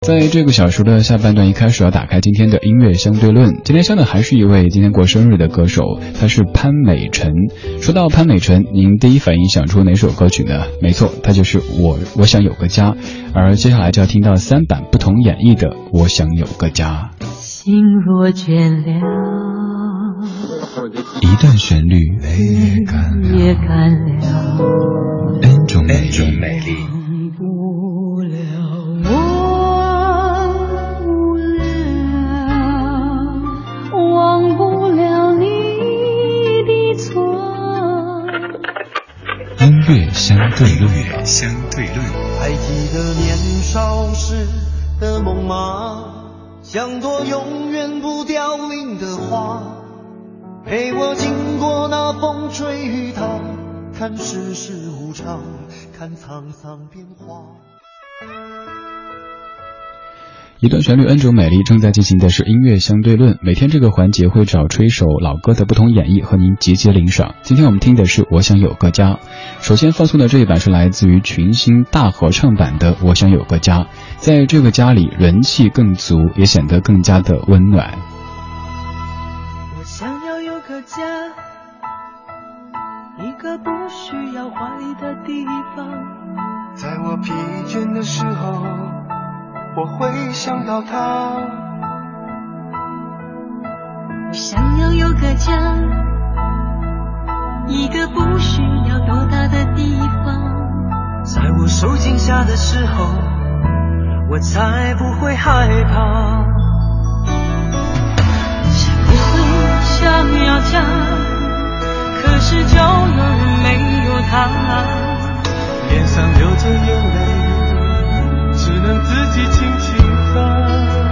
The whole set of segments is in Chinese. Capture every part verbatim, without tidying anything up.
在这个小时的下半段，一开始要打开今天的音乐相对论。今天相的还是一位今天过生日的歌手，他是潘美辰。说到潘美辰，您第一反应想出哪首歌曲呢？没错，他就是我我想有个家。而接下来就要听到三版不同演绎的《我想有个家》。 心若倦了， 一段旋律也干了，也干了 N 种美丽。 忘不了你的错。 音乐相对论，相对论。 还记得年少时的梦吗？像朵永远不凋零的花，陪我经过那风吹雨打，看世事无常，看沧桑变化。 一段旋律 N 种美丽，正在进行的是音乐相对论。每天这个环节会找出一首老歌的不同演绎和您集结领赏。今天我们听的是我想有个家。首先放送的这一版是来自于群星大合唱版的我想有个家。在这个家里人气更足，也显得更加的温暖。 我想要有个家，一个不需要华丽的地方， 在我疲倦的时候我会想到他。 我想要有个家，一个不需要多大的地方， 在我受惊吓的时候我才不会害怕。 谁不会想要家，可是就有人没有他， 脸上流着眼泪只能自己轻轻擦。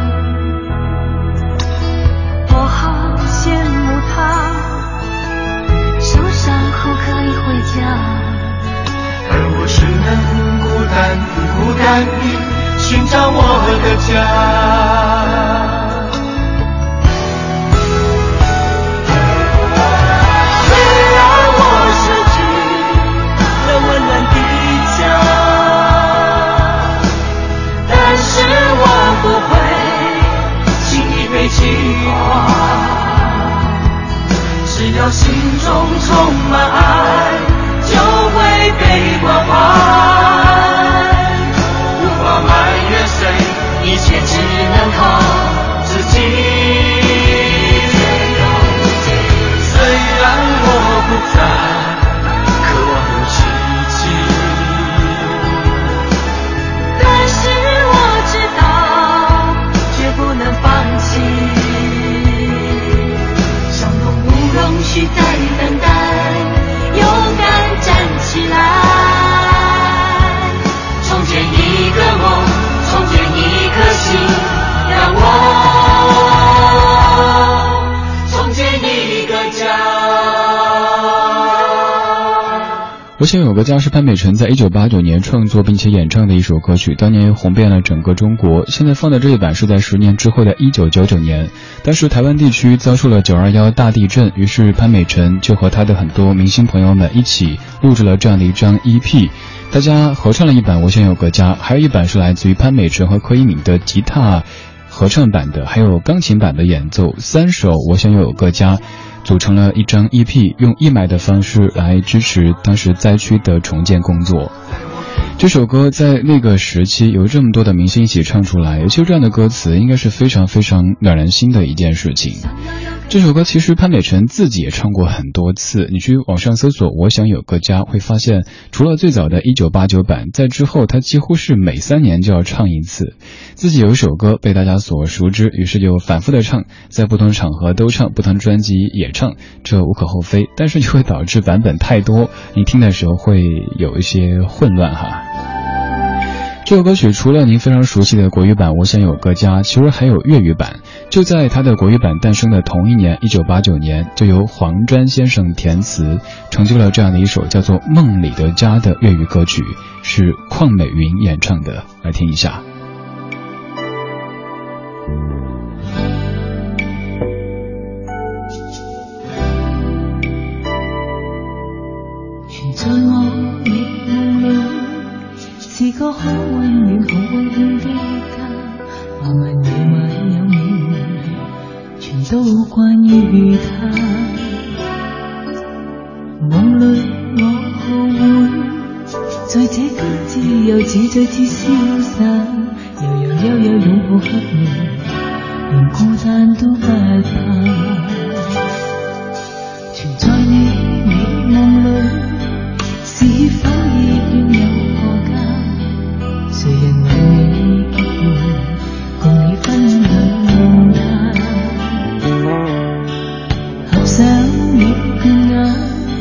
我好羡慕他，受伤后可以回家， 而我是能孤单地孤单地寻找我的家。虽然我失去了温暖的家，但是我不会轻易被击垮，只要心中充满爱就会被关怀，无法埋怨谁，一切只能靠自己。虽然我不再渴望有奇迹， 但是我知道绝不能放弃，伤痛不容许再等待，勇敢站起来，重建一个梦，重建一颗心，让我重建一个家。 我想有个家是潘美辰在一九八九年创作并且演唱的一首歌曲，当年红遍了整个中国。现在放的这一版是在十年之后的一九九九年，当时台湾地区遭受了九二一大地震，于是潘美辰就和他的很多明星朋友们一起录制了这样的一张 E P， 大家合唱了一版我想有个家，还有一版是来自于潘美辰和柯以敏的吉他合唱版的，还有钢琴版的演奏，三首我想有个家组成了一张 E P， 用义卖的方式来支持当时灾区的重建工作。这首歌在那个时期有这么多的明星一起唱出来，尤其这样的歌词应该是非常非常暖人心的一件事情。这首歌其实潘美辰自己也唱过很多次，你去网上搜索我想有个家，会发现除了最早的一九八九版，在之后他几乎是每三年就要唱一次。自己有一首歌被大家所熟知，于是就反复的唱，在不同场合都唱，不同专辑也唱，这无可厚非，但是就会导致版本太多，你听的时候会有一些混乱哈。这首歌曲除了您非常熟悉的国语版我想有个家，其实还有粤语版。就在它的国语版诞生的同一年一九八九年，就由黄沾先生填词，成就了这样的一首叫做《梦里的家》的粤语歌曲，是邝美云演唱的，来听一下。 存在我的夢裏，是個好溫暖好溫馨的家， 都關於他。夢裏我會在這個自由自在之瀟灑，悠悠悠悠擁抱黑夜，連孤單都不怕。存在你美夢裏，是否亦願有個家？誰人為你結伴，共你分享它？合上了眼，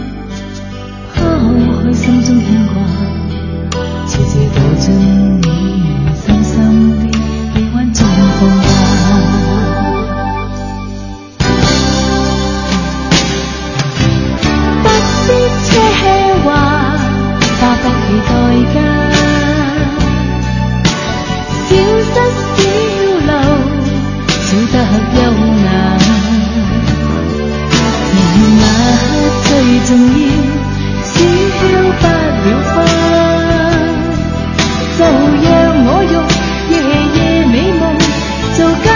拋開心中牽掛，悄悄道盡你深深的臂彎中放下。不必奢華，花不起代價，小失小漏，小得優雅。而那刻最重要，消不了花，就讓我用夜夜美夢做家。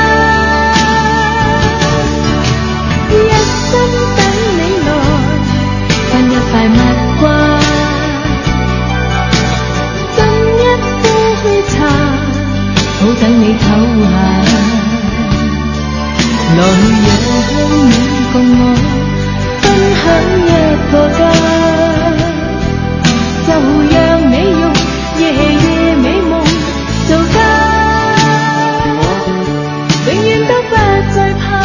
一生等你來，分一塊蜜瓜，斟一杯茶，好等你唞下。來讓你共我分享一個家，就讓你用夜夜美夢做家，永遠都不再怕。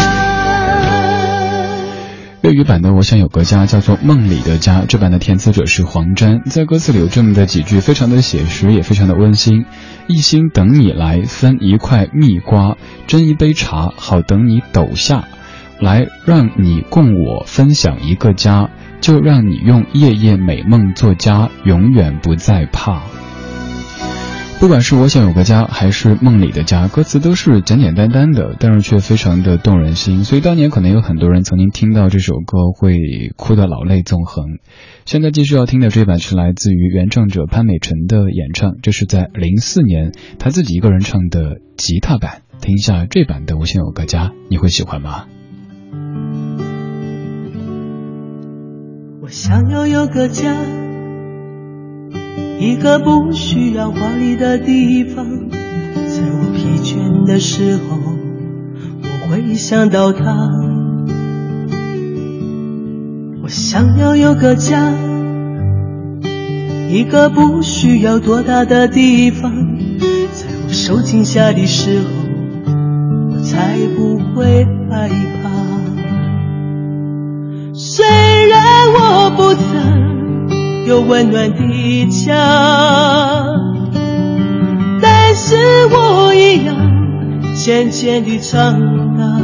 粵語版的我想有個家叫做夢裡的家，這版的填詞者是黃沾，在歌詞裡有這麼的幾句非常的寫實也非常的溫馨。一心等你來分一塊蜜瓜，斟一杯茶，好等你抖下來，讓你共我分享一個家，就讓你用夜夜美夢做家，永遠不再怕。不管是我想有個家還是夢裡的家，歌詞都是簡簡單單的，但是卻非常的動人心，所以當年可能有很多人曾經聽到這首歌會哭得老淚縱橫。現在繼續要聽的這版是來自於原唱者潘美辰的演唱，這是在零四年他自己一個人唱的吉他版，聽一下這版的我想有個家，你會喜歡嗎？ 我想要有個家，一個不需要華麗的地方，在我疲倦的時候我會想到它。我想要有個家，一個不需要多大的地方，在我受驚嚇的時候我才不會害怕。雖然我不曾有溫暖的家，但是我一樣漸漸地長大。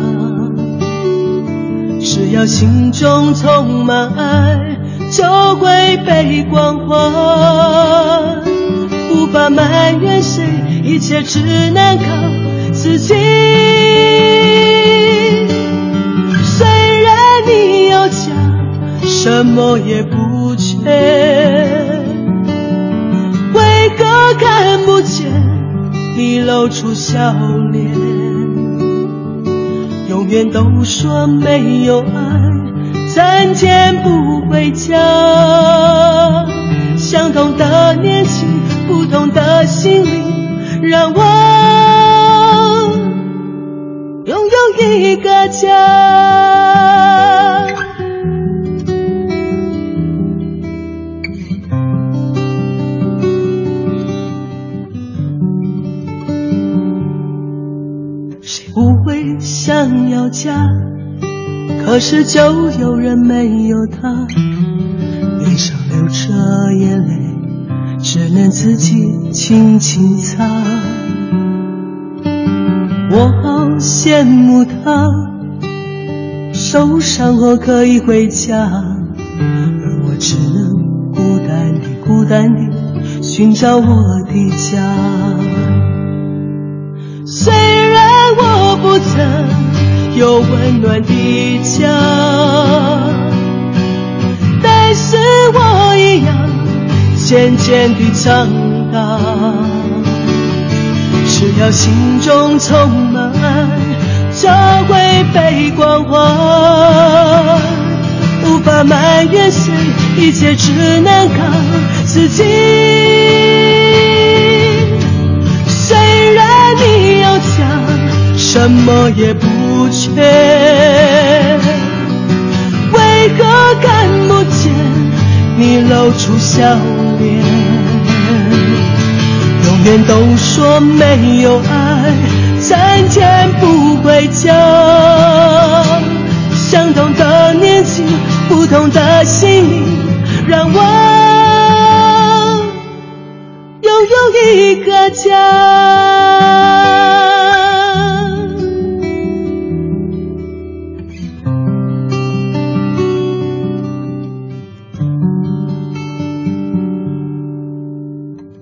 只要心中充滿愛，就會被光環。無法埋怨誰，一切只能靠自己。雖然你有家，什麼也不缺，為何看不見你露出笑臉？永遠都說沒有愛，三天不回家。相同的年紀，不同的心靈，讓我擁有一個家。誰不會想要家，可是就有人沒有它，臉上流着眼淚，只能自己輕輕擦。我好羨慕他，受傷後可以回家，而我只能孤單地孤單地尋找我的家。雖然我不曾有溫暖的家，但是我一樣漸漸地長大。只要心中充滿愛， 就会被关怀，无法埋怨谁，一切只能靠自己。虽然你有家，什么也不缺，为何看不见你露出笑脸？永远都说没有爱，三天不会久。相同的年纪，不同的心意，让我拥有一个家。